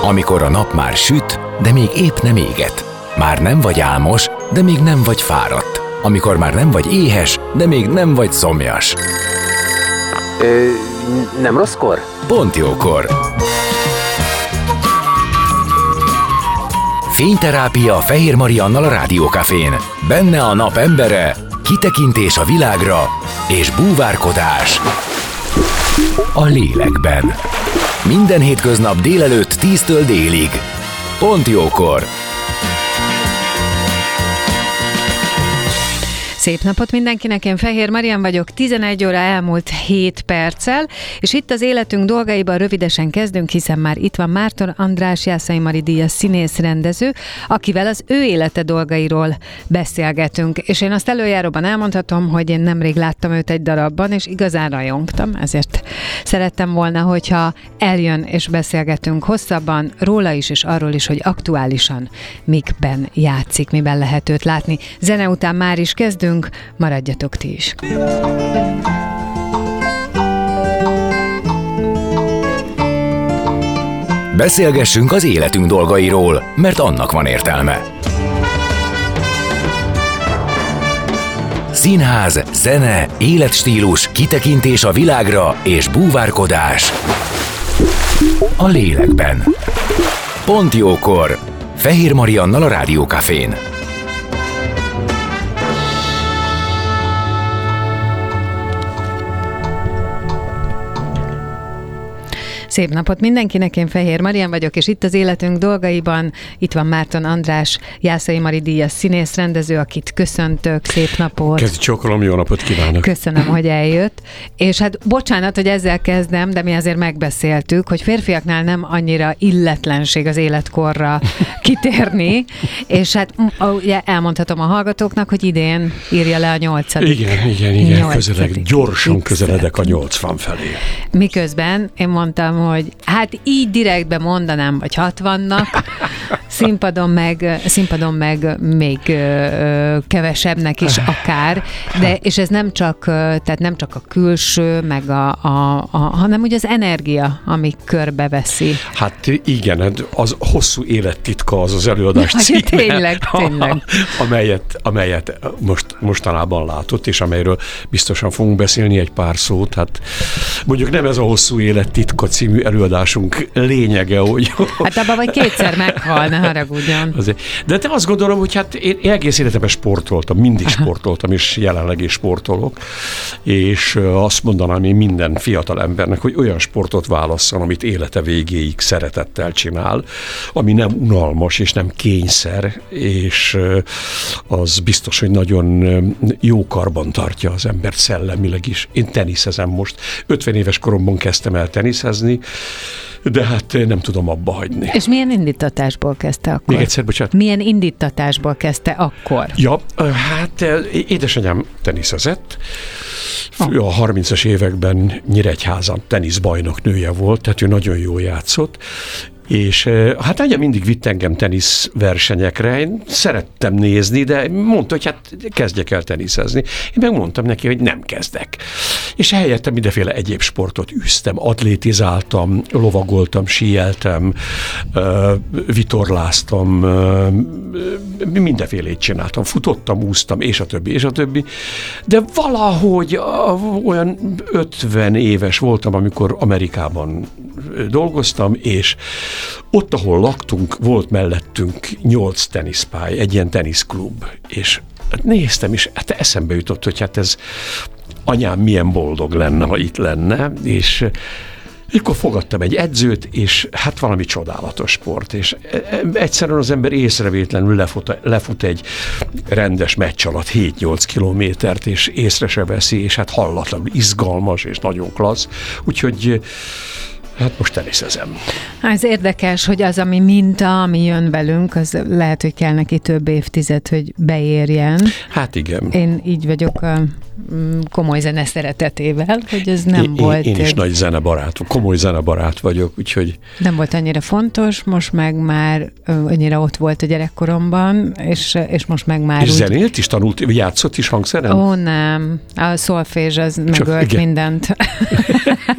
Amikor a nap már süt, de még épp nem éget. Már nem vagy álmos, de még nem vagy fáradt. Amikor már nem vagy éhes, de még nem vagy szomjas. Nem rosszkor? Pont jókor. Fényterápia Fehér Mariannal a Rádiókafén. Benne a nap embere, kitekintés a világra és búvárkodás a lélekben. Minden hétköznap délelőtt 10-től délig. Pont jókor. Szép napot mindenkinek, én Fehér Marian vagyok, 11 óra elmúlt 7 perccel, és itt az életünk dolgaiban rövidesen kezdünk, hiszen már itt van Márton András Jászai Mari díjas színész rendező, akivel az ő élete dolgairól beszélgetünk. És én azt előjáróban elmondhatom, hogy én nemrég láttam őt egy darabban, és igazán rajongtam, ezért szerettem volna, hogyha eljön és beszélgetünk hosszabban róla is, és arról is, hogy aktuálisan mikben játszik, miben lehet őt látni. Zene után már is kezdünk, maradjatok ti is. Beszélgessünk az életünk dolgairól, mert annak van értelme. Színház, zene, életstílus, kitekintés a világra és búvárkodás a lélekben. Pont jókor. Fehér Mariannal a Rádiókafén. Szép napot mindenkinek, én Fehér Marian vagyok, és itt az életünk dolgaiban, itt van Márton András, Jászai Mari díjas színész rendező, akit köszöntök, szép napot. Kezdj csókolom, jó napot kívánok. Köszönöm, hogy eljött. És hát bocsánat, hogy ezzel kezdem, de mi azért megbeszéltük, hogy férfiaknál nem annyira illetlenség az életkorra kitérni, és hát ugye elmondhatom a hallgatóknak, hogy idén írja le a 8. Igen, gyorsan közeledek a 80 felé. Miközben én mondtam, hogy hát így direktben mondanám, vagy 60-nak, színpadon meg még kevesebbnek is akár, de és ez nem csak, tehát nem csak a külső, meg hanem ugye az energia, ami körbeveszi. Hát igen, az hosszú élettitka az előadás címe, tényleg. amelyet mostanában látott, és amelyről biztosan fogunk beszélni egy pár szót. Hát mondjuk nem ez a hosszú élettitka című előadásunk lényege, hogy... Hát abban vagy kétszer meghal, ne haragudjon. De te azt gondolom, hogy hát én egész életemben sportoltam, mindig sportoltam, és jelenleg is sportolok, és azt mondanám én minden fiatal embernek, hogy olyan sportot válasszon, amit élete végéig szeretettel csinál, ami nem unalmas, és nem kényszer, és az biztos, hogy nagyon jó karban tartja az embert szellemileg is. Én teniszezem most. 50 éves koromban kezdtem el teniszezni, de hát nem tudom abba hagyni. És milyen indítatásból kezdte akkor? Még egyszer, bocsánat. Milyen indítatásból kezdte akkor? Ja, hát édesanyám teniszezett. A 30-as években Nyíregyházan teniszbajnok nője volt, tehát ő nagyon jól játszott. És hát anya mindig vitt engem teniszversenyekre, én szerettem nézni, de mondta, hogy hát kezdjek el teniszezni. Én megmondtam neki, hogy nem kezdek. És helyette mindenféle egyéb sportot űztem, atlétizáltam, lovagoltam, síeltem, vitorláztam, mindenfélét csináltam, futottam, úsztam, és a többi. De valahogy olyan 50 éves voltam, amikor Amerikában dolgoztam, és ott, ahol laktunk, volt mellettünk 8 teniszpálya, egy ilyen teniszklub, és néztem, és hát eszembe jutott, hogy hát ez anyám milyen boldog lenne, ha itt lenne, és akkor fogadtam egy edzőt, és hát valami csodálatos sport, és egyszerűen az ember észrevétlenül lefut egy rendes meccs alatt 7-8 kilométert, és észre se veszi, és hát hallatlanul izgalmas, és nagyon klassz, úgyhogy hát most teniszezem. Ez érdekes, hogy az, ami minta, ami jön velünk, az lehet, hogy kell neki több évtized, hogy beérjen. Hát igen. Én így vagyok a komoly zene szeretetével, hogy ez nem volt... Én is nagy zenebarát, komoly zenebarát vagyok, úgyhogy... Nem volt annyira fontos, most meg már annyira ott volt a gyerekkoromban, és most meg már és úgy... zenélt is, tanult, játszott is hangszeren? Ó, nem. A szolfézs az megölt mindent.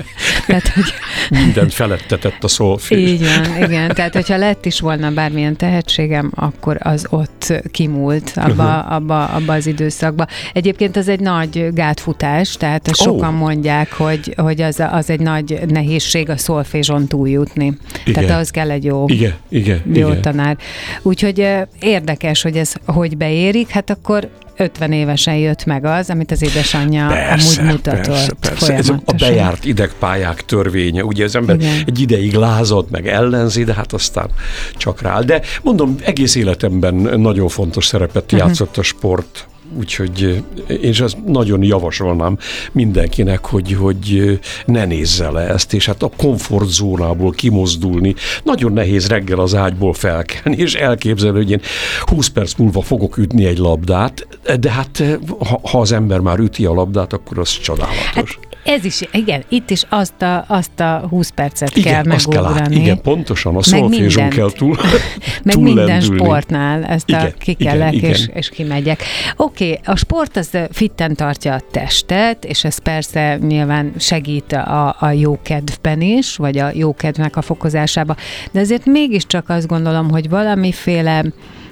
Tehát, hogy mindent felettetett a szolfés. így van, igen. Tehát, hogyha lett is volna bármilyen tehetségem, akkor az ott kimúlt abba az időszakba. Egyébként az egy nagy gátfutás, tehát sokan mondják, hogy az egy nagy nehézség a szolfézson túljutni. Igen. Tehát az kell egy jó tanár. Úgyhogy érdekes, hogy ez hogy beérik, hát akkor 50 évesen jött meg az, amit az édesanyja amúgy mutatott. Persze. Ez a bejárt idegpályák törvénye. Ugye az ember egy ideig lázad, meg ellenzi, de hát aztán csak rá. De mondom, egész életemben nagyon fontos szerepet játszott a sport. Úgyhogy én azt nagyon javasolnám mindenkinek, hogy ne nézze le ezt, és hát a komfortzónából kimozdulni. Nagyon nehéz reggel az ágyból felkelni, és elképzelni, hogy én 20 perc múlva fogok ütni egy labdát, de hát ha az ember már üti a labdát, akkor az csodálatos. Hát ez is, igen, itt is azt a 20 percet kell megugrani. Igen, pontosan, a szolfézson kell meg minden sportnál ezt kikelek és kimegyek. Oké, a sport az fitten tartja a testet, és ez persze nyilván segít a jókedvben is, vagy a jókedvnek a fokozásába, de azért mégiscsak azt gondolom, hogy valamiféle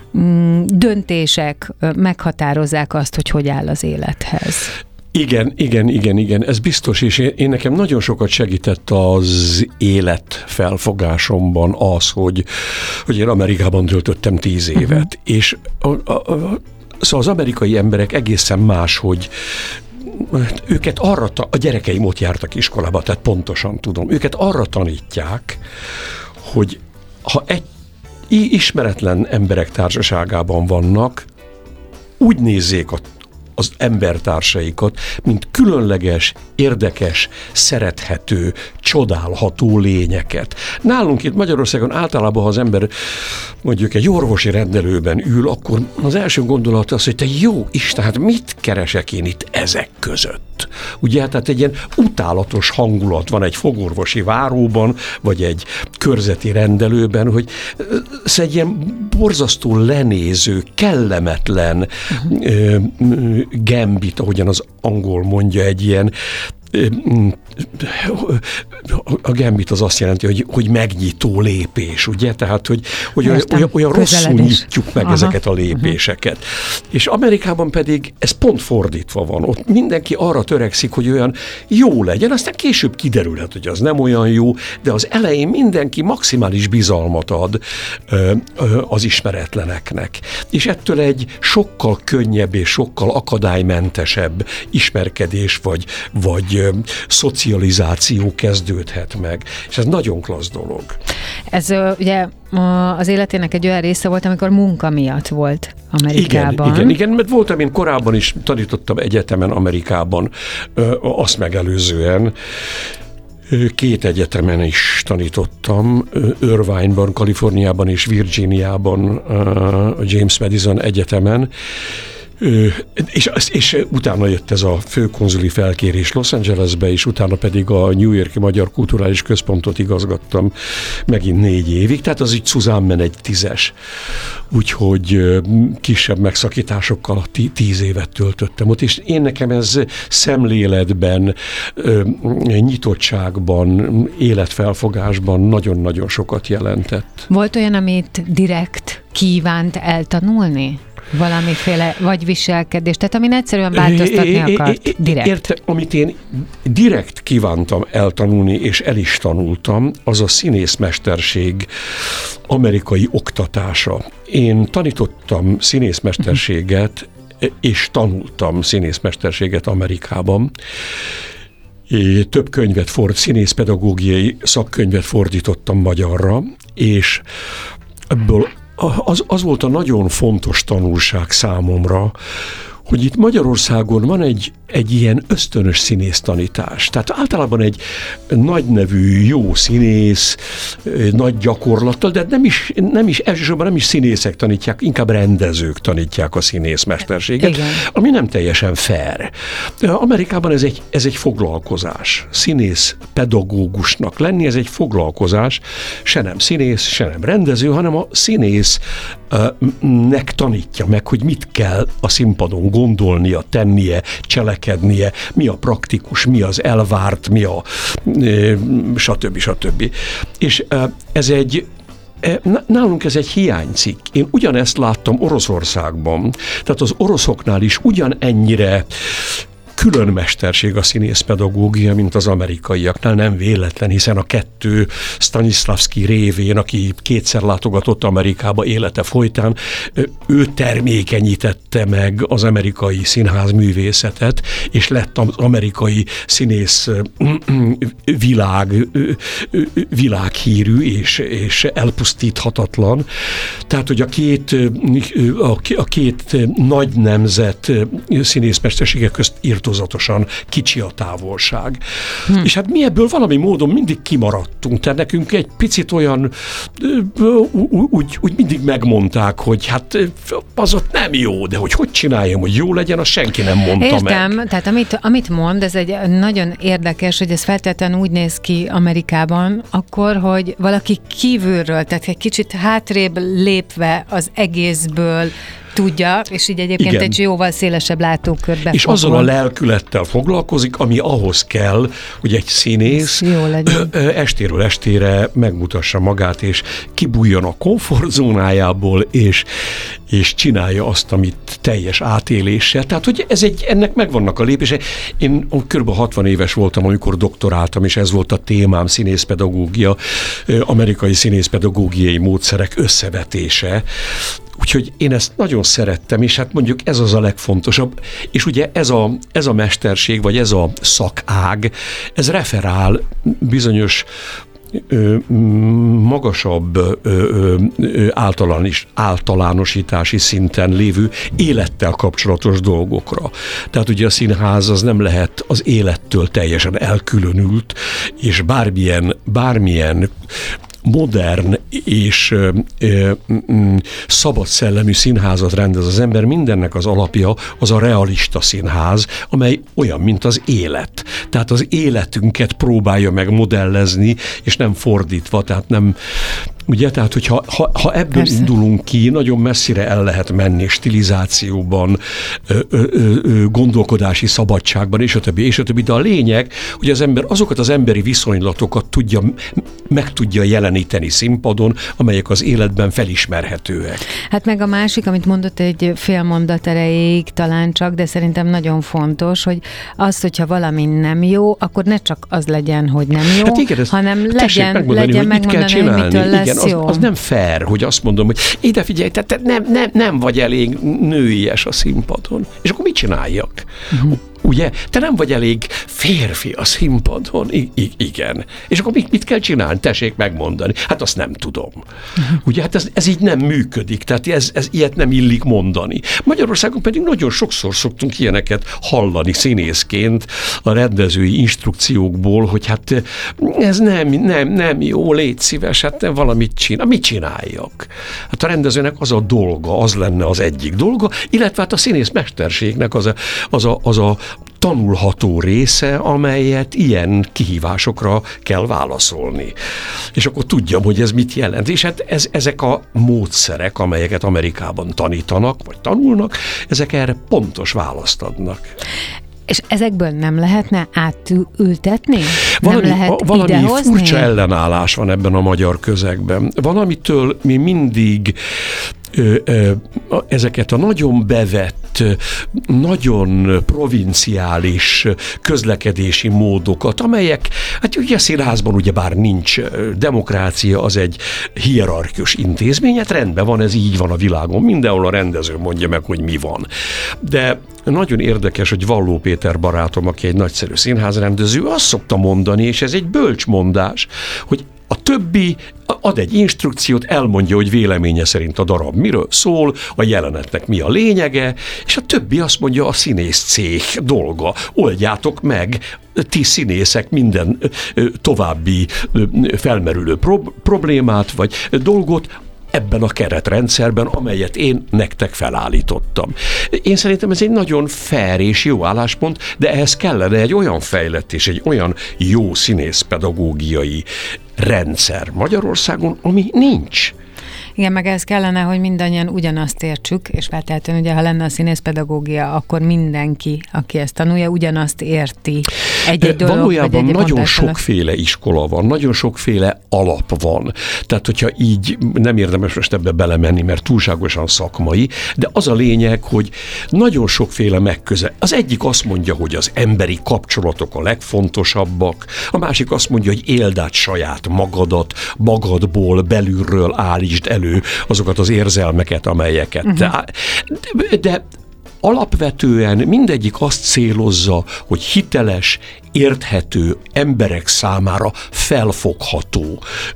döntések meghatározzák azt, hogy áll az élethez. Igen, ez biztos, és én nekem nagyon sokat segített az élet felfogásomban az, hogy én Amerikában töltöttem 10 évet, és szóval az amerikai emberek egészen más, hogy őket arra, a gyerekeim ott jártak iskolába, tehát pontosan tudom, őket arra tanítják, hogy ha egy ismeretlen emberek társaságában vannak, úgy nézzék az embertársaikat, mint különleges, érdekes, szerethető, csodálható lényeket. Nálunk itt Magyarországon általában, ha az ember mondjuk egy orvosi rendelőben ül, akkor az első gondolat az, hogy te jó Isten, hát mit keresek én itt ezek között? Ugye, tehát egy ilyen utálatos hangulat van egy fogorvosi váróban, vagy egy körzeti rendelőben, hogy ez egy ilyen borzasztó lenéző, kellemetlen gambit, ahogyan az angol mondja, egy ilyen a gambit az azt jelenti, hogy megnyitó lépés, ugye? Tehát, hogy olyan rosszul nyitjuk meg ezeket a lépéseket. És Amerikában pedig ez pont fordítva van. Ott mindenki arra törekszik, hogy olyan jó legyen, aztán később kiderülhet, hogy az nem olyan jó, de az elején mindenki maximális bizalmat ad az ismeretleneknek. És ettől egy sokkal könnyebb és sokkal akadálymentesebb ismerkedés vagy szocializáció kezdődhet meg. És ez nagyon klassz dolog. Ez ugye az életének egy olyan része volt, amikor munka miatt volt Amerikában. Igen, mert voltam, én korábban is tanítottam egyetemen Amerikában, azt megelőzően 2 egyetemen is tanítottam, Irvine-ban, Kaliforniában és Virginiában, a James Madison Egyetemen, és utána jött ez a főkonzuli felkérés Los Angelesbe, és utána pedig a New York-i Magyar Kulturális Központot igazgattam megint 4 évig, tehát az így Szuzánmen egy 10-es. Úgyhogy kisebb megszakításokkal 10 évet töltöttem ott, és én nekem ez szemléletben, nyitottságban, életfelfogásban nagyon-nagyon sokat jelentett. Volt olyan, amit direkt kívánt eltanulni? Valamiféle vagy viselkedés, tehát amin egyszerűen változtatni akart direkt. Érte, amit én direkt kívántam eltanulni, és el is tanultam, az a színészmesterség amerikai oktatása. Én tanítottam színészmesterséget, és tanultam színészmesterséget Amerikában. Több könyvet színészpedagógiai szakkönyvet fordítottam magyarra, és ebből az volt a nagyon fontos tanulság számomra, hogy itt Magyarországon van egy ilyen ösztönös színésztanítás. Tehát általában egy nagynevű, jó színész, nagy gyakorlattal, de elsősorban nem is színészek tanítják, inkább rendezők tanítják a színészmesterséget, igen, ami nem teljesen fair. Amerikában ez egy foglalkozás. Színész pedagógusnak lenni, ez egy foglalkozás, se nem színész, se nem rendező, hanem a színész nek tanítja meg, hogy mit kell a színpadon gondolnia, tennie, cselekednie, mi a praktikus, mi az elvárt, mi a stb. És nálunk ez egy hiánycikk. Én ugyanezt láttam Oroszországban. Tehát az oroszoknál is ugyanennyire külön mesterség a színészpedagógia, mint az amerikaiaknál, nem véletlen, hiszen a kettő Stanislavski révén, aki kétszer látogatott Amerikába élete folytán, ő termékenyítette meg az amerikai színházművészetet, és lett az amerikai színész világhírű és elpusztíthatatlan. Tehát, hogy a két nagy nemzet színészmestersége közt irtózatosan kicsi a távolság. És hát mi ebből valami módon mindig kimaradtunk, tehát nekünk egy picit olyan úgy mindig megmondták, hogy hát az ott nem jó, de hogy csináljam, hogy jó legyen, azt senki nem mondta Értem, meg. tehát amit mond, ez egy nagyon érdekes, hogy ez feltétlenül úgy néz ki Amerikában, akkor, hogy valaki kívülről, tehát egy kicsit hátrébb lépve az egészből tudja, és így egyébként Igen. egy jóval szélesebb látókörbe És fogol. azzal a lelkülettel foglalkozik, ami ahhoz kell, hogy egy színész jó legyen. estéről estére megmutassa magát, és kibújjon a komfortzónájából, és csinálja azt, amit teljes átéléssel. Tehát, hogy ennek megvannak a lépése. Én kb. 60 éves voltam, amikor doktoráltam, és ez volt a témám, színészpedagógia, amerikai színészpedagógiai módszerek összevetése. Úgyhogy én ezt nagyon szerettem, és hát mondjuk ez az a legfontosabb. És ugye ez a mesterség, vagy ez a szakág, ez referál bizonyos magasabb általánosítási szinten lévő élettel kapcsolatos dolgokra. Tehát ugye a színház az nem lehet az élettől teljesen elkülönült, és bármilyen modern és szabad szellemű színházat rendez az ember, mindennek az alapja az a realista színház, amely olyan, mint az élet. Tehát az életünket próbálja meg modellezni, és nem fordítva, tehát nem. Ugye, tehát, hogyha ebből Persze. indulunk ki, nagyon messzire el lehet menni stilizációban, gondolkodási szabadságban, és a többi. De a lényeg, hogy az ember azokat az emberi viszonylatokat meg tudja jeleníteni színpadon, amelyek az életben felismerhetőek. Hát meg a másik, amit mondott egy fél mondat erejéig talán csak, de szerintem nagyon fontos, hogy az, hogyha valami nem jó, akkor ne csak az legyen, hogy nem jó, Hát igen, hanem tessék legyen megmondani, hogy mitől lesz igen, jó. Az nem fair, hogy azt mondom, hogy ide figyelj, te nem vagy elég nőies a színpadon. És akkor mit csináljak? Ugye? Te nem vagy elég férfi a színpadon. Igen. És akkor mit kell csinálni? Tessék megmondani. Hát azt nem tudom. Ugye? Hát ez így nem működik. Tehát ez ilyet nem illik mondani. Magyarországon pedig nagyon sokszor szoktunk ilyeneket hallani színészként a rendezői instrukciókból, hogy hát ez nem jó, légy szíves, hát nem valamit csinál. Mit csináljak? Hát a rendezőnek az a dolga, az lenne az egyik dolga, illetve hát a színész mesterségnek az a tanulható része, amelyet ilyen kihívásokra kell válaszolni. És akkor tudjam, hogy ez mit jelent. És hát ezek a módszerek, amelyeket Amerikában tanítanak, vagy tanulnak, ezek erre pontos választ adnak. És ezekből nem lehetne átültetni? Valami nem lehet idehozni? Furcsa ellenállás van ebben a magyar közegben. Valamitől mi mindig ezeket a nagyon bevett, nagyon provinciális közlekedési módokat, amelyek, hát ugye a színházban ugyebár nincs demokrácia, az egy hierarchikus intézmény, hát rendben van, ez így van a világon, mindenhol a rendező mondja meg, hogy mi van. De nagyon érdekes, hogy Valló Péter barátom, aki egy nagyszerű színházrendező, azt szokta mondani, és ez egy bölcs mondás, hogy a többi ad egy instrukciót, elmondja, hogy véleménye szerint a darab miről szól, a jelenetnek mi a lényege, és a többi azt mondja, a színész cég dolga. Oldjátok meg, ti színészek minden további felmerülő problémát vagy dolgot ebben a keretrendszerben, amelyet én nektek felállítottam. Én szerintem ez egy nagyon fair és jó álláspont, de ehhez kellene egy olyan fejlett és egy olyan jó színészpedagógiai rendszer Magyarországon, ami nincs. Igen, meg ez kellene, hogy mindannyian ugyanazt értsük, és feltétlenül ugye, ha lenne a színészpedagógia, akkor mindenki, aki ezt tanulja, ugyanazt érti. Egy dolog, valójában nagyon sokféle iskola van, nagyon sokféle alap van. Tehát, hogyha így nem érdemes most ebbe belemenni, mert túlságosan szakmai, de az a lényeg, hogy nagyon sokféle az egyik azt mondja, hogy az emberi kapcsolatok a legfontosabbak, a másik azt mondja, hogy éld át saját magadat, magadból, belülről állítsd elő azokat az érzelmeket, amelyeket de alapvetően mindegyik azt célozza, hogy hiteles, érthető, emberek számára felfogható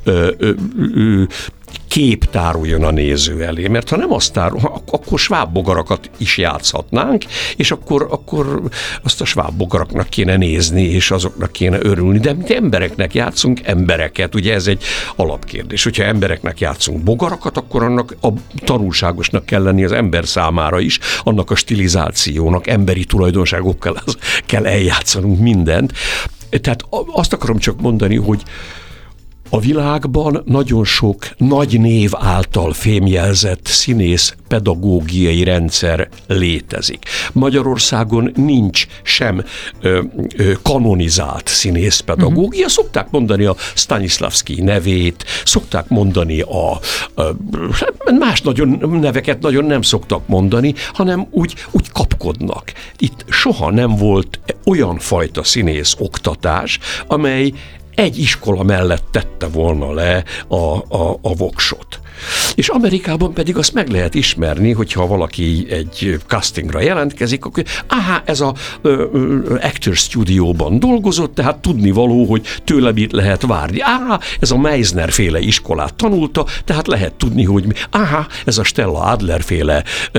kép tároljon a néző elé, mert ha nem azt tárol, akkor svábbogarakat is játszhatnánk, és akkor azt a svábbogaraknak kéne nézni, és azoknak kéne örülni, de mi embereknek játszunk embereket, ugye ez egy alapkérdés. Hogyha embereknek játszunk bogarakat, akkor annak a tanulságosnak kell lenni az ember számára is, annak a stilizációnak, emberi tulajdonságokkal kell eljátszanunk mindent. Tehát azt akarom csak mondani, hogy a világban nagyon sok nagy név által fémjelzett színész pedagógiai rendszer létezik. Magyarországon nincs sem kanonizált színészpedagógia. Szokták mondani a Stanislavski nevét, szokták mondani más nagyon neveket nagyon nem szoktak mondani, hanem úgy kapkodnak. Itt soha nem volt olyan fajta színész oktatás, amely egy iskola mellett tette volna le a voksot. És Amerikában pedig azt meg lehet ismerni, hogyha valaki egy castingra jelentkezik, akkor ez a Actors Studio-ban dolgozott, tehát tudnivaló, hogy tőle mit lehet várni. Ez a Meisner féle iskolát tanulta, tehát lehet tudni, hogy ez a Stella Adler féle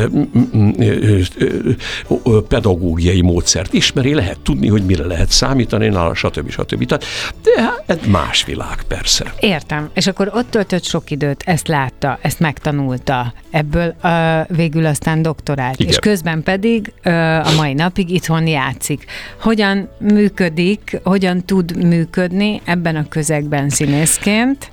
pedagógiai módszert ismeri, lehet tudni, hogy mire lehet számítani, nála, stb. Tehát ez más világ, persze. Értem. És akkor ott töltött sok időt, ezt látta, ezt megtanulta, ebből végül aztán doktorált, igen. És közben pedig a mai napig itthon játszik. Hogyan működik, hogyan tud működni ebben a közegben színészként,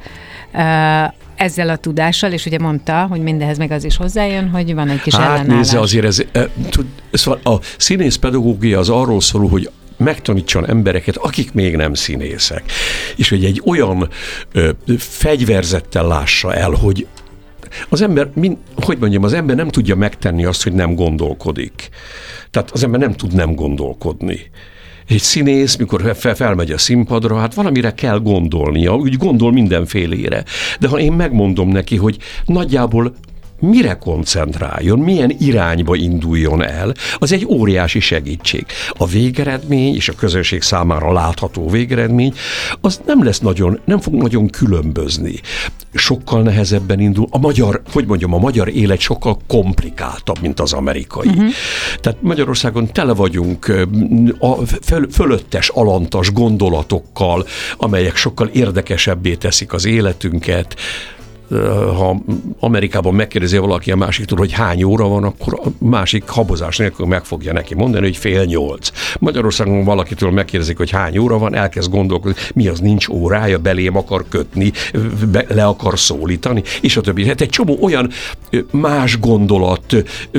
ezzel a tudással, és ugye mondta, hogy mindenhez meg az is hozzájön, hogy van egy kis ellenállás. Nézze, azért szóval a színészpedagógia az arról szól, hogy megtanítson embereket, akik még nem színészek. És hogy egy olyan fegyverzettel lássa el, hogy az ember, az ember nem tudja megtenni azt, hogy nem gondolkodik. Tehát az ember nem tud nem gondolkodni. Egy színész, mikor felmegy a színpadra, hát valamire kell gondolnia, úgy gondol mindenfélére. De ha én megmondom neki, hogy nagyjából mire koncentráljon, milyen irányba induljon el, az egy óriási segítség. A végeredmény és a közönség számára látható végeredmény, az nem fog nagyon különbözni. Sokkal nehezebben indul. A magyar élet sokkal komplikáltabb, mint az amerikai. Tehát Magyarországon tele vagyunk fölöttes, alantas gondolatokkal, amelyek sokkal érdekesebbé teszik az életünket. Ha Amerikában megkérdezi valaki a másiktól, hogy hány óra van, akkor a másik habozás nélkül meg fogja neki mondani, hogy 7:30. Magyarországon valakitől megkérdezik, hogy hány óra van, elkezd gondolkodni, mi az, nincs órája, belém akar kötni, le akar szólítani, és a többi. Hát egy csomó olyan más gondolat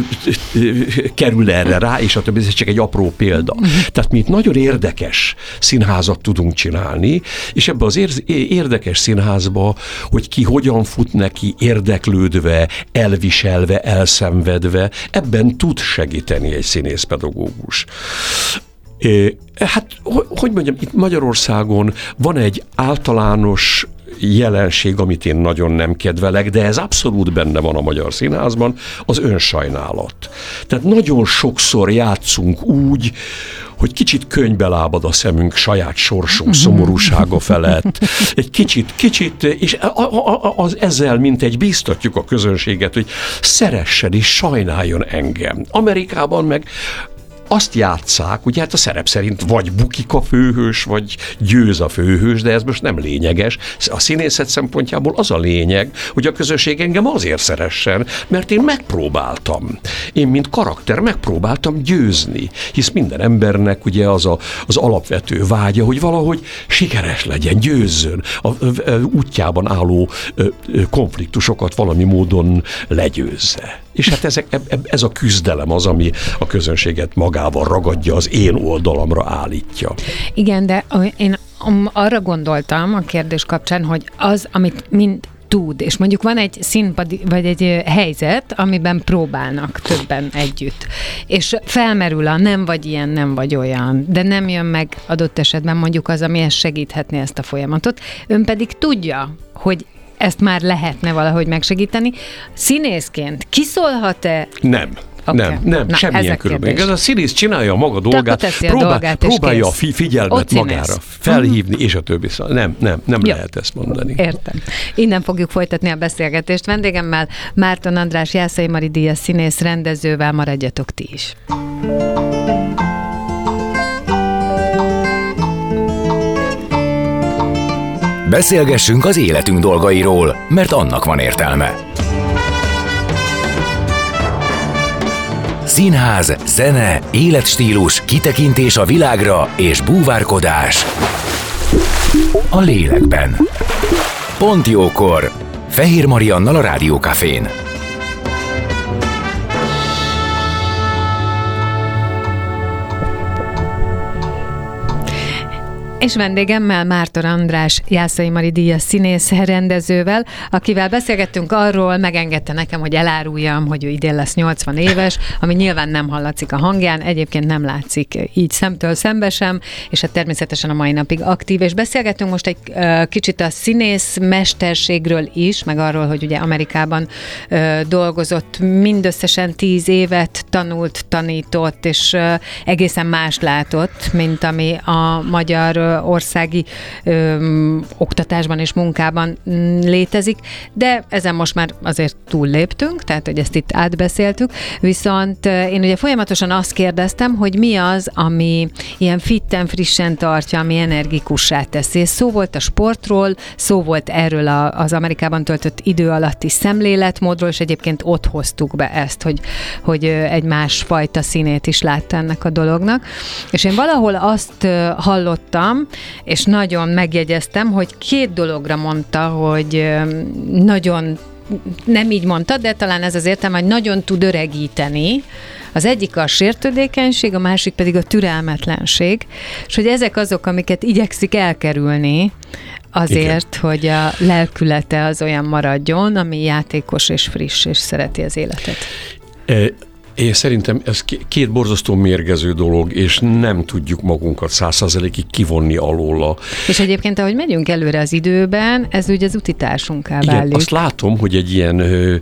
kerül erre rá, és a többi. Ez csak egy apró példa. Tehát mi itt nagyon érdekes színházat tudunk csinálni, és ebbe az érdekes színházba, hogy ki hogyan fut neki érdeklődve, elviselve, elszenvedve, ebben tud segíteni egy színészpedagógus. Hát, hogy mondjam, itt Magyarországon van egy általános jelenség, amit én nagyon nem kedvelek, de ez abszolút benne van a magyar színházban, az önsajnálat. Tehát nagyon sokszor játszunk úgy, hogy kicsit könnybe lábad a szemünk saját sorsunk szomorúsága felett. Egy kicsit, és ezzel mintegy bíztatjuk a közönséget, hogy szeressen és sajnáljon engem. Amerikában meg azt játsszák, ugye hát a szerep szerint vagy bukik a főhős, vagy győz a főhős, de ez most nem lényeges. A színészet szempontjából az a lényeg, hogy a közönség engem azért szeressen, mert én megpróbáltam. Én, mint karakter, megpróbáltam győzni, hisz minden embernek ugye az alapvető vágya, hogy valahogy sikeres legyen, győzzön, a útjában álló konfliktusokat valami módon legyőzze. És hát ez a küzdelem az, ami a közönséget magával ragadja, az én oldalamra állítja. Igen, de én arra gondoltam a kérdés kapcsán, hogy az, amit mind tud, és mondjuk van egy színpad, vagy egy helyzet, amiben próbálnak többen együtt, és felmerül a nem vagy ilyen, nem vagy olyan, de nem jön meg adott esetben mondjuk az, ami ezt segíthetné ezt a folyamatot. Ön pedig tudja, hogy ezt már lehetne valahogy megsegíteni. Színészként kiszólhat-e? Nem. Okay. Nem, na, semmilyen körülmények. Ez a színész csinálja a maga dolgát, próbálja a figyelmet magára felhívni, és a többi. Nem lehet ezt mondani. Értem. Innen fogjuk folytatni a beszélgetést. Vendégemmel Márton András Jászai Mari díjas színész rendezővel, maradjatok ti is. Beszélgessünk az életünk dolgairól, mert annak van értelme. Színház, zene, életstílus, kitekintés a világra és búvárkodás a lélekben. Pont jókor! Fehér Mariannal a Rádió Cafén. És vendégemmel Márton András Jászai Mari díjas színész rendezővel, akivel beszélgettünk arról, megengedte nekem, hogy eláruljam, hogy ő idén lesz 80 éves, ami nyilván nem hallatszik a hangján, egyébként nem látszik így szemtől szembe sem, és hát természetesen a mai napig aktív, és beszélgettünk most egy kicsit a színész mesterségről is, meg arról, hogy ugye Amerikában dolgozott, mindösszesen 10 évet tanult, tanított, és egészen más látott, mint ami a magyar országi oktatásban és munkában létezik, de ezen most már azért túlléptünk, tehát hogy ezt itt átbeszéltük, viszont én ugye folyamatosan azt kérdeztem, hogy mi az, ami ilyen fitten, frissen tartja, ami energikussá teszi. És szó volt a sportról, szó volt erről az Amerikában töltött idő alatti szemléletmódról, és egyébként ott hoztuk be ezt, hogy egy másfajta színét is látta ennek a dolognak. És én valahol azt hallottam, és nagyon megjegyeztem, hogy 2 dologra mondta, hogy nagyon, nem így mondta, de talán ez az értelme, hogy nagyon tud öregíteni. Az egyik a sértődékenység, a másik pedig a türelmetlenség, és hogy ezek azok, amiket igyekszik elkerülni azért, igen, hogy a lelkülete az olyan maradjon, ami játékos és friss, és szereti az életet. Én szerintem ez 2 borzasztó mérgező dolog, és nem tudjuk magunkat 100%-ig kivonni alóla. És egyébként, ahogy megyünk előre az időben, ez ugye az utitársunká válik. Igen, azt látom, hogy egy ilyen,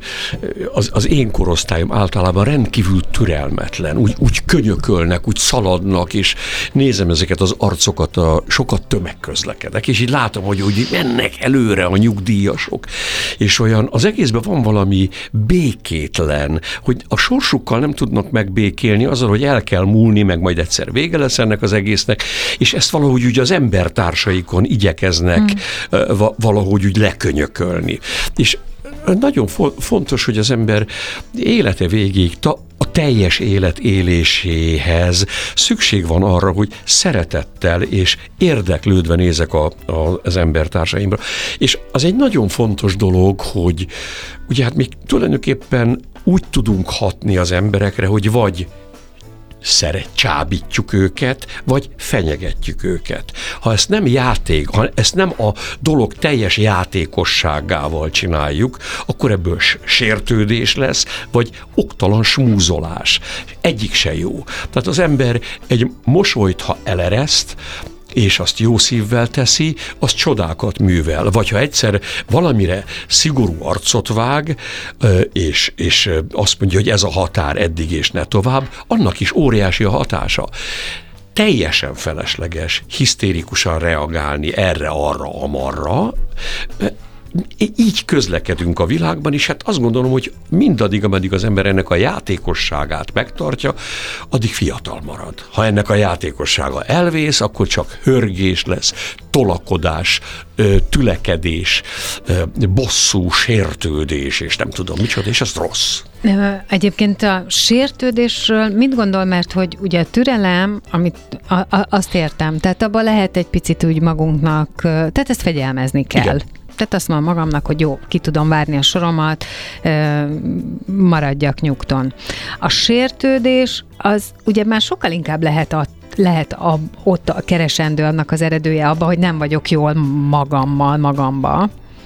az én korosztályom általában rendkívül türelmetlen, úgy könyökölnek, úgy szaladnak, és nézem ezeket az arcokat, sokat tömegközlekedek, és így látom, hogy úgy mennek előre a nyugdíjasok, és olyan, az egészben van valami békétlen, hogy a sorsukkal nem tudnak megbékélni azzal, hogy el kell múlni, meg majd egyszer vége lesz ennek az egésznek, és ezt valahogy úgy az embertársaikon igyekeznek valahogy úgy lekönyökölni. És nagyon fontos, hogy az ember élete végéig a teljes élet éléséhez szükség van arra, hogy szeretettel és érdeklődve nézek az embertársaimra. És az egy nagyon fontos dolog, hogy ugye hát mi tulajdonképpen úgy tudunk hatni az emberekre, hogy vagy csábítjuk őket, vagy fenyegetjük őket. Ha ezt nem ha ezt nem a dolog teljes játékosságával csináljuk, akkor ebből sértődés lesz, vagy oktalan smúzolás. Egyik se jó. Tehát az ember egy mosolyt, ha elereszt, és azt jó szívvel teszi, az csodákat művel. Vagy ha egyszer valamire szigorú arcot vág, és azt mondja, hogy ez a határ eddig és ne tovább, annak is óriási a hatása. Teljesen felesleges, hisztérikusan reagálni erre, arra, amarra. így közlekedünk a világban, és hát azt gondolom, hogy mindaddig, ameddig az ember ennek a játékosságát megtartja, addig fiatal marad. Ha ennek a játékossága elvész, akkor csak hörgés lesz, tolakodás, tülekedés, bosszú, sértődés, és nem tudom micsoda, és az rossz. Egyébként a sértődésről mit gondol, mert hogy ugye a türelem, azt értem, tehát abban lehet egy picit úgy magunknak, tehát ezt fegyelmezni kell. Igen. Tehát azt mondom magamnak, hogy jó, ki tudom várni a soromat, maradjak nyugton. A sértődés az ugye már sokkal inkább lehet ott a keresendő annak az eredője abba, hogy nem vagyok jól magamba.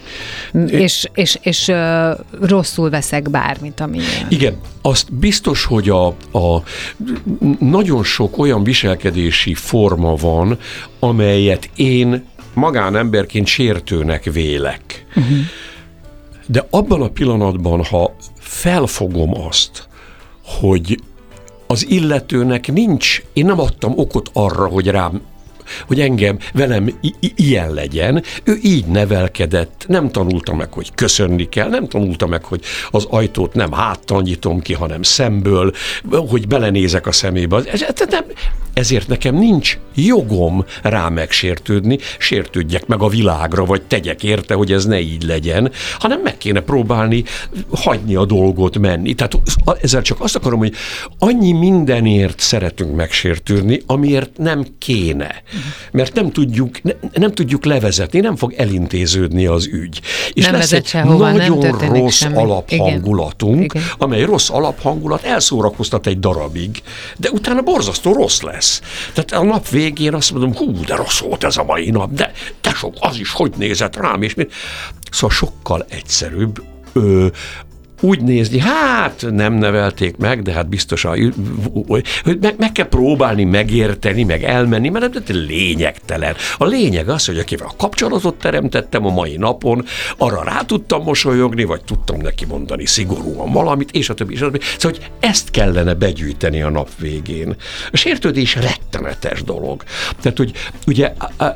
És rosszul veszek bármit, ami jön. Igen, azt biztos, hogy a nagyon sok olyan viselkedési forma van, amelyet én magánemberként sértőnek vélek. Uh-huh. De abban a pillanatban, ha felfogom azt, hogy az illetőnek nincs, én nem adtam okot arra, hogy velem ilyen legyen. Ő így nevelkedett, nem tanulta meg, hogy köszönni kell, nem tanulta meg, hogy az ajtót nem háttal nyitom ki, hanem szemből, hogy belenézek a szemébe. Ezért nekem nincs jogom rá megsértődni, sértődjek meg a világra, vagy tegyek érte, hogy ez ne így legyen, hanem meg kéne próbálni hagyni a dolgot menni. Tehát ezzel csak azt akarom, hogy annyi mindenért szeretünk megsértődni, amiért nem kéne. Mert nem tudjuk levezetni, nem fog elintéződni az ügy. És nem lesz egy sehova, nagyon rossz semmi. alaphangulatunk, Igen. amely rossz alaphangulat elszórakoztat egy darabig, de utána borzasztó rossz lesz. Tehát a nap végén azt mondom, de rossz volt ez a mai nap, de tesó, az is hogy nézett rám, és mi. Szóval sokkal egyszerűbb úgy nézni, hát nem nevelték meg, de hát biztosan, hogy meg kell próbálni megérteni, meg elmenni, mert ez lényegtelen. A lényeg az, hogy akivel a kapcsolatot teremtettem a mai napon, arra rá tudtam mosolyogni, vagy tudtam neki mondani szigorúan valamit, és a többi, és a többi. Szóval, hogy ezt kellene begyűjteni a nap végén. A sértődés rettenetes dolog. Tehát, hogy ugye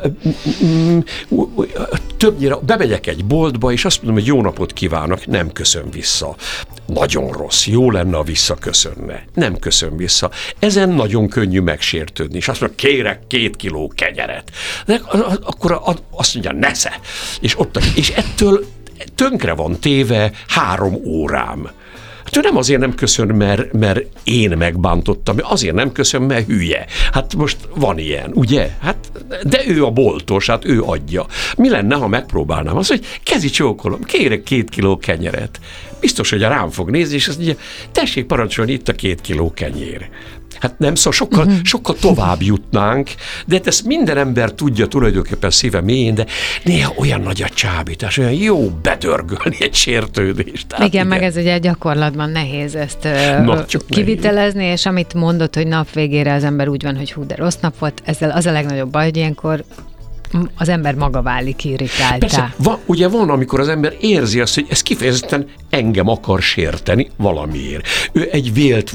többnyire bemegyek egy boltba, és azt mondom, hogy jó napot kívánok, nem köszön vissza. Nagyon rossz, jó lenne, ha visszaköszönne. Nem köszön vissza. Ezen nagyon könnyű megsértődni. És azt mondja, kérek 2 kiló kenyeret. De akkor azt mondja, nesze. És ettől tönkre van téve 3 órám. Hát ő nem azért nem köszön, mert én megbántottam, azért nem köszön, mert hülye. Hát most van ilyen, ugye? Hát, de ő a boltos, hát ő adja. Mi lenne, ha megpróbálnám azt, hogy kezi csókolom, kérek 2 kiló kenyeret. Biztos, hogy rám fog nézni, és azt mondja, tessék parancsolni, itt a 2 kiló kenyér. Hát nem, szóval sokkal tovább jutnánk, de hát ezt minden ember tudja tulajdonképpen szíve mélyén, de néha olyan nagy a csábítás, olyan jó bedörgölni egy sértődést. Hát igen, meg ez ugye gyakorlatban nehéz ezt kivitelezni, és amit mondod, hogy nap végére az ember úgy van, hogy hú, de rossz nap volt, ezzel az a legnagyobb baj, hogy ilyenkor az ember maga válik irritáltá. Persze, ugye van, amikor az ember érzi azt, hogy ez kifejezetten engem akar sérteni valamiért. Ő egy vélt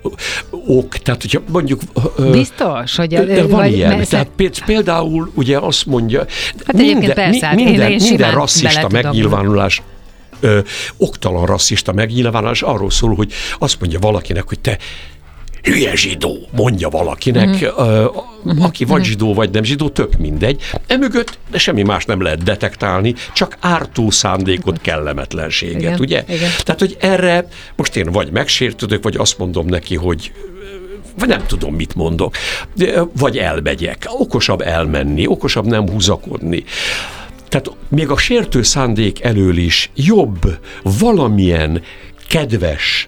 ok, tehát hogyha mondjuk... Biztos, hogy... Van ilyen. Tehát például ugye azt mondja, hát minden rasszista megnyilvánulás, oktalan rasszista megnyilvánulás arról szól, hogy azt mondja valakinek, hogy te hülye zsidó, mondja valakinek, aki vagy zsidó, vagy nem zsidó, tök mindegy. Emögött de semmi más nem lehet detektálni, csak ártó szándékot, kellemetlenséget, igen, ugye? Igen. Tehát, hogy erre most én vagy megsértődök, vagy azt mondom neki, hogy vagy nem tudom, mit mondok, vagy elmegyek. Okosabb elmenni, okosabb nem húzakodni. Tehát még a sértő szándék elől is jobb valamilyen kedves,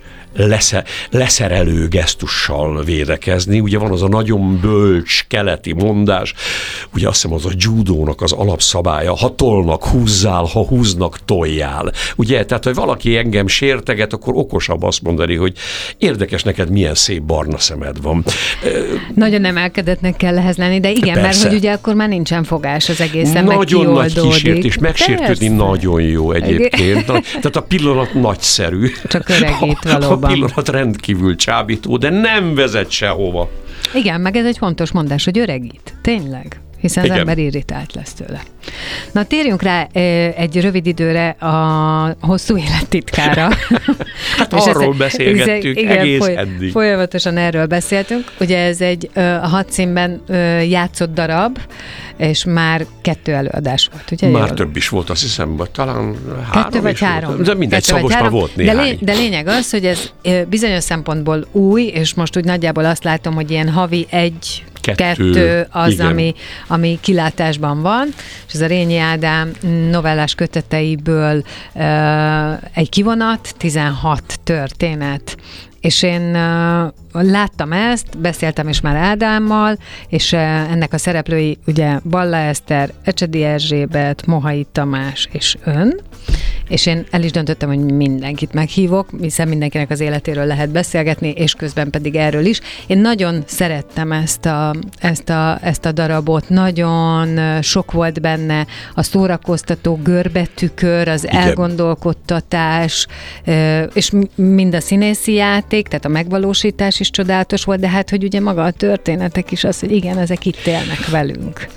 leszerelő gesztussal védekezni. Ugye van az a nagyon bölcs keleti mondás, ugye azt hiszem az a judónak az alapszabálya, ha tolnak, húzzál, ha húznak, toljál. Ugye, tehát, hogy valaki engem sérteget, akkor okosabb azt mondani, hogy érdekes, neked milyen szép barna szemed van. Nagyon emelkedetnek kell ehhez lenni, de igen, persze. Mert hogy ugye akkor már nincsen fogás az egészen, meg nagyon nagy kísértés, megsértődni nagyon jó egyébként. Tehát a pillanat nagyszerű. Csak öregít valóban. A pillanat rendkívül csábító, de nem vezet sehova. Igen, meg ez egy fontos mondás, hogy öregít. Tényleg. hiszen az ember irritált lesz tőle. Na, térjünk rá egy rövid időre a hosszú élet titkára. Hát arról beszélgettünk egész eddig. Folyamatosan erről beszéltünk. Ugye ez egy a Hadszínben játszott darab, és már 2 előadás volt, ugye? Már több is volt, azt hiszem, vagy talán 2 vagy 3. De mindegy, szóval most már volt néhány. De lényeg az, hogy ez bizonyos szempontból új, és most úgy nagyjából azt látom, hogy ilyen havi 1-2 az, ami kilátásban van, és ez a Rényi Ádám novellás köteteiből egy kivonat, 16 történet. És én láttam ezt, beszéltem is már Ádámmal, és ennek a szereplői ugye Balla Eszter, Ecsedi Erzsébet, Mohai Tamás és ön, és én el is döntöttem, hogy mindenkit meghívok, hiszen mindenkinek az életéről lehet beszélgetni, és közben pedig erről is. Én nagyon szerettem ezt a darabot, nagyon sok volt benne a szórakoztató görbetükör, az igen, elgondolkodtatás, és mind a színészi játék, tehát a megvalósítás is csodálatos volt, de hát, hogy ugye maga a történetek is az, hogy igen, ezek itt élnek velünk.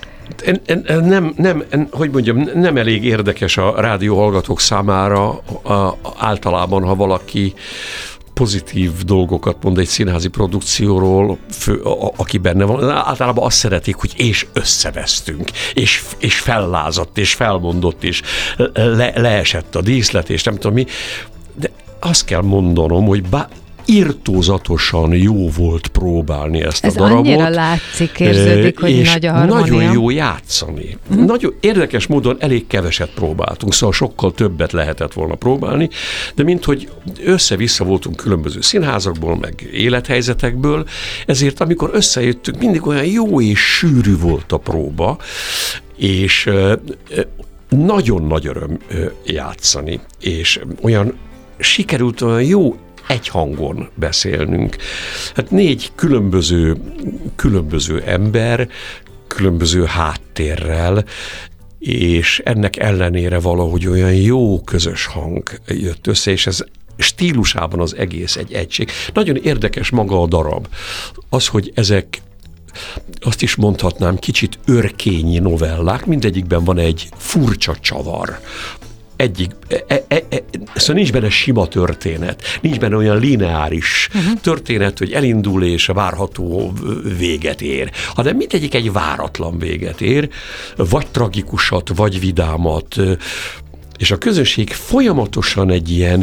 Nem elég érdekes a rádióhallgatók számára általában, ha valaki pozitív dolgokat mond egy színházi produkcióról, aki benne van. Általában azt szeretik, hogy és összevesztünk, és fellázadt, és felmondott, és leesett a díszlet, és nem tudom mi. De azt kell mondanom, hogy irtózatosan jó volt próbálni ezt a darabot. Ez annyira látszik, érződik, hogy nagy a harmónia. Nagyon jó játszani. Nagyon érdekes módon elég keveset próbáltunk, szóval sokkal többet lehetett volna próbálni, de minthogy össze-vissza voltunk különböző színházakból, meg élethelyzetekből, ezért amikor összejöttünk, mindig olyan jó és sűrű volt a próba, és nagyon nagy öröm játszani, és sikerült olyan jó egy hangon beszélnünk. Hát 4 különböző ember, különböző háttérrel, és ennek ellenére valahogy olyan jó közös hang jött össze, és ez stílusában az egész egy egység. Nagyon érdekes maga a darab. Az, hogy ezek, azt is mondhatnám, kicsit örkényi novellák, mindegyikben van egy furcsa csavar. Szóval nincs benne sima történet, nincs benne olyan lineáris történet, hogy elindul és várható véget ér, hanem mindegyik egy váratlan véget ér, vagy tragikusat, vagy vidámat, és a közönség folyamatosan egy ilyen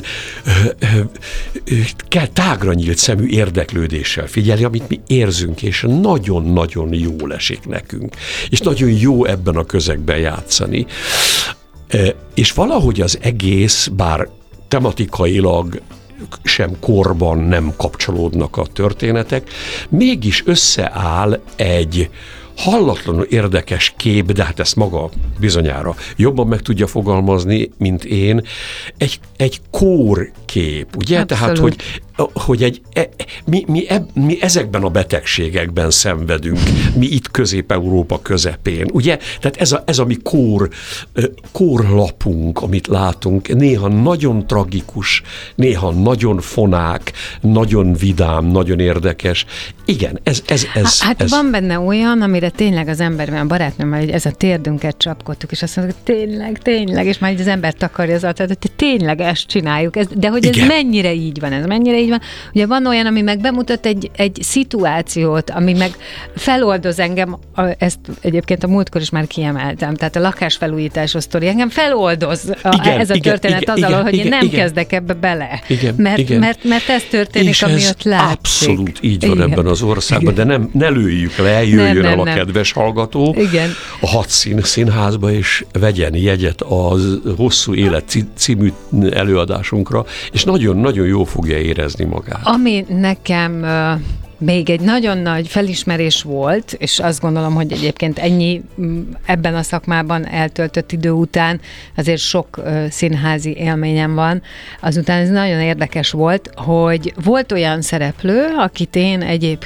tágra nyílt szemű érdeklődéssel figyeli, amit mi érzünk, és nagyon-nagyon jól esik nekünk, és nagyon jó ebben a közegben játszani. És valahogy az egész, bár tematikailag sem korban nem kapcsolódnak a történetek, mégis összeáll egy hallatlanul érdekes kép, de hát ezt maga bizonyára jobban meg tudja fogalmazni, mint én, egy kórkép, ugye? Abszolút. Tehát, hogy mi ezekben a betegségekben szenvedünk, mi itt Közép-Európa közepén, ugye? Tehát ez a mi kórlapunk, amit látunk, néha nagyon tragikus, néha nagyon fonák, nagyon vidám, nagyon érdekes. Igen, ez van benne olyan, amire tényleg az ember, mert a barátnőmmel, hogy ez a térdünket csapkodtuk, és azt mondjuk, tényleg, és már így az ember takarja az arcát, hogy tényleg ezt csináljuk, de hogy ez mennyire így van, Ugye van olyan, ami meg bemutat egy szituációt, ami meg feloldoz engem, ezt egyébként a múltkor is már kiemeltem, tehát a lakásfelújításos sztori engem feloldoz ez a történet azzal, hogy én nem kezdek ebbe bele. Mert ez történik, és ami ott látszik. Abszolút így van ebben az országban, de ne lőjük le, jöjjön el a kedves hallgató a Hadszín színházba, és vegyen jegyet a Hosszú Élet című előadásunkra, és nagyon-nagyon jól fogja érezni magát. Ami nekem még egy nagyon nagy felismerés volt, és azt gondolom, hogy egyébként ennyi ebben a szakmában eltöltött idő után azért sok színházi élményem van. Azután ez nagyon érdekes volt, hogy volt olyan szereplő, akit én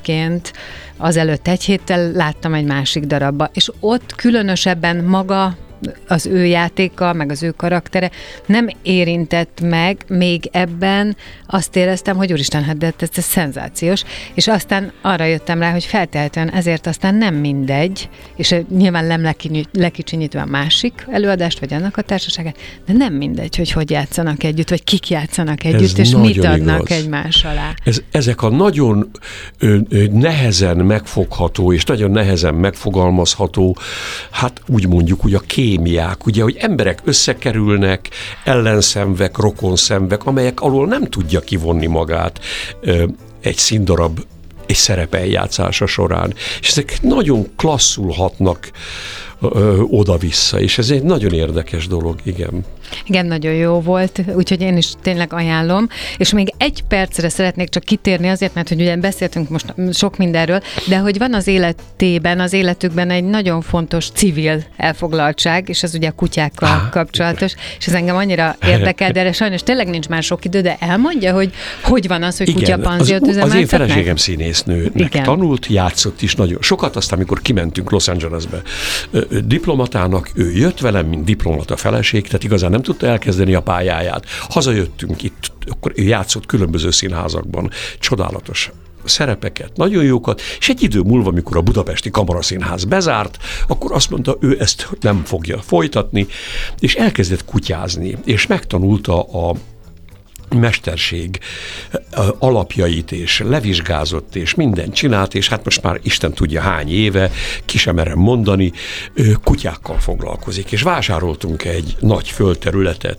egyébként azelőtt egy héttel láttam egy másik darabba, és ott különösebben maga az ő játéka, meg az ő karaktere nem érintett meg még ebben. Azt éreztem, hogy úristen, hát de ez szenzációs, és aztán arra jöttem rá, hogy feltehetően ezért aztán nem mindegy, és nyilván nem lekicsinyítve a másik előadást, vagy annak a társaságát, de nem mindegy, hogy játszanak együtt, vagy kik játszanak együtt, és mit adnak egymás alá. Ezek a nagyon nehezen megfogható, és nagyon nehezen megfogalmazható, hát úgy mondjuk, úgy a kémiák, ugye, hogy emberek összekerülnek, ellenszemvek, rokonszenvek, amelyek alól nem tudja kivonni magát egy színdarab és szerep eljátszása során. És ezek nagyon klasszul hatnak oda-vissza, és ez egy nagyon érdekes dolog, igen. Igen, nagyon jó volt, úgyhogy én is tényleg ajánlom, és még egy percre szeretnék csak kitérni azért, mert hogy ugye beszéltünk most sok mindenről, de hogy van az életükben egy nagyon fontos civil elfoglaltság, és ez ugye a kutyákkal kapcsolatos, és ez engem annyira érdekel, de erre sajnos tényleg nincs már sok idő, de elmondja, hogy van az, hogy kutyapanziót üzemeltetnek? Az én feleségem színésznőnek tanult, játszott is nagyon sokat, aztán amikor kimentünk Los Angelesbe diplomatának, ő jött velem, mint diplomata feleség, tehát igazán nem tudta elkezdeni a pályáját. Hazajöttünk itt, akkor ő játszott különböző színházakban, csodálatos szerepeket, nagyon jókat, és egy idő múlva, amikor a Budapesti Kamaraszínház bezárt, akkor azt mondta, ő ezt nem fogja folytatni, és elkezdett kutyázni, és megtanulta a mesterség alapjait, és levizsgázott, és mindent csinált, és hát most már Isten tudja hány éve, ki sem merem mondani, kutyákkal foglalkozik. És vásároltunk egy nagy földterületet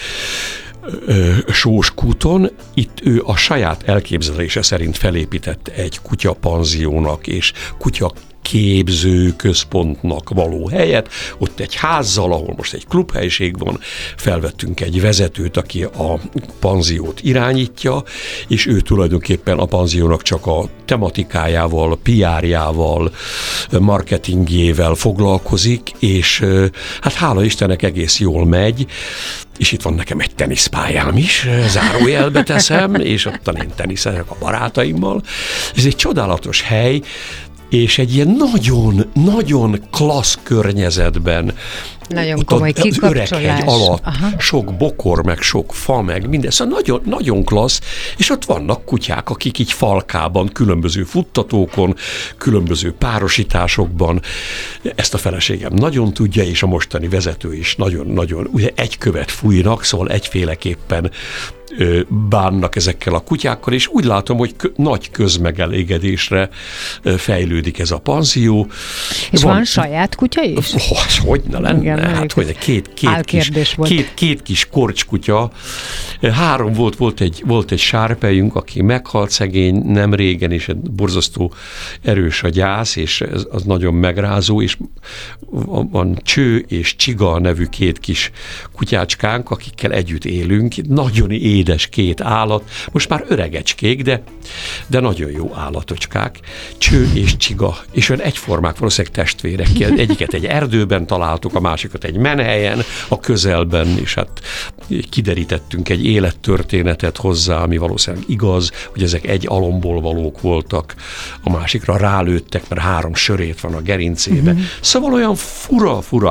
Sóskúton, itt ő a saját elképzelése szerint felépített egy kutyapanziónak és kutyaképző központnak való helyet, ott egy házzal, ahol most egy klubhelység van, felvettünk egy vezetőt, aki a panziót irányítja, és ő tulajdonképpen a panziónak csak a tematikájával, PR-jával, marketingjével foglalkozik, és hát hála Istennek egész jól megy, és itt van nekem egy teniszpályám is, zárójelbe teszem, és ottan én teniszezek a barátaimmal. Ez egy csodálatos hely, és egy ilyen nagyon klassz környezetben, nagyon komoly az Öreghegy alatt, sok bokor, meg sok fa, meg minden, szóval nagyon, nagyon klassz, és ott vannak kutyák, akik így falkában, különböző futtatókon, különböző párosításokban, ezt a feleségem nagyon tudja, és a mostani vezető is nagyon-nagyon, ugye egy követ fújnak, szóval egyféleképpen bánnak ezekkel a kutyákkal, és úgy látom, hogy nagy közmegelégedésre fejlődik ez a panzió. És van saját kutya is? Hogy ne lenne? Igen, hát, hogy két kis korcskutya. 3 volt egy sárpejünk, aki meghalt szegény nem régen, és borzasztó erős a gyász, és az nagyon megrázó, és van Cső és Csiga nevű 2 kis kutyácskánk, akikkel együtt élünk, nagyon édes 2 állat, most már öregecskék, de nagyon jó állatocskák. Cső és Csiga, és olyan egyformák, valószínűleg testvérek. Egyiket egy erdőben találtuk, a másikat egy menhelyen, a közelben, és hát kiderítettünk egy élettörténetet hozzá, ami valószínűleg igaz, hogy ezek egy alomból valók voltak, a másikra rálőttek, mert 3 sörét van a gerincében. Szóval olyan fura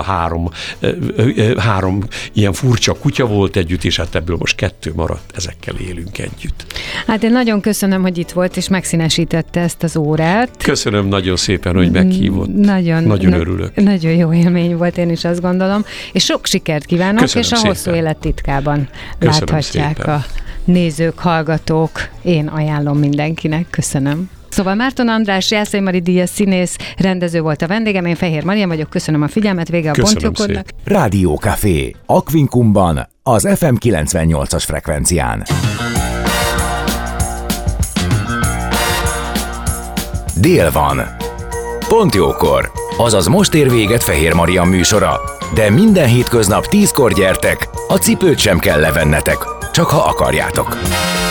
3 ilyen furcsa kutya volt együtt, és hát ebből most 2 maradt, ezekkel élünk együtt. Hát én nagyon köszönöm, hogy itt volt, és megszínesítette ezt az órát. Köszönöm nagyon szépen, hogy meghívott. Nagyon örülök. Nagyon jó élmény volt, én is azt gondolom, és sok sikert kívánok, köszönöm és a szépen. Hosszú élet titkában köszönöm láthatják szépen. A nézők, hallgatók. Én ajánlom mindenkinek. Köszönöm. Szóval Márton András, Jászai Mari díjas színész, rendező volt a vendégem, én Fehér Marian vagyok, köszönöm a figyelmet, vége a Pontjókodnak. Rádió Café, Aquincumban, az FM 98-as frekvencián. Dél van. Pont jókor. Azaz most ér véget Fehér Marian műsora. De minden hétköznap 10-kor gyertek, a cipőt sem kell levennetek, csak ha akarjátok.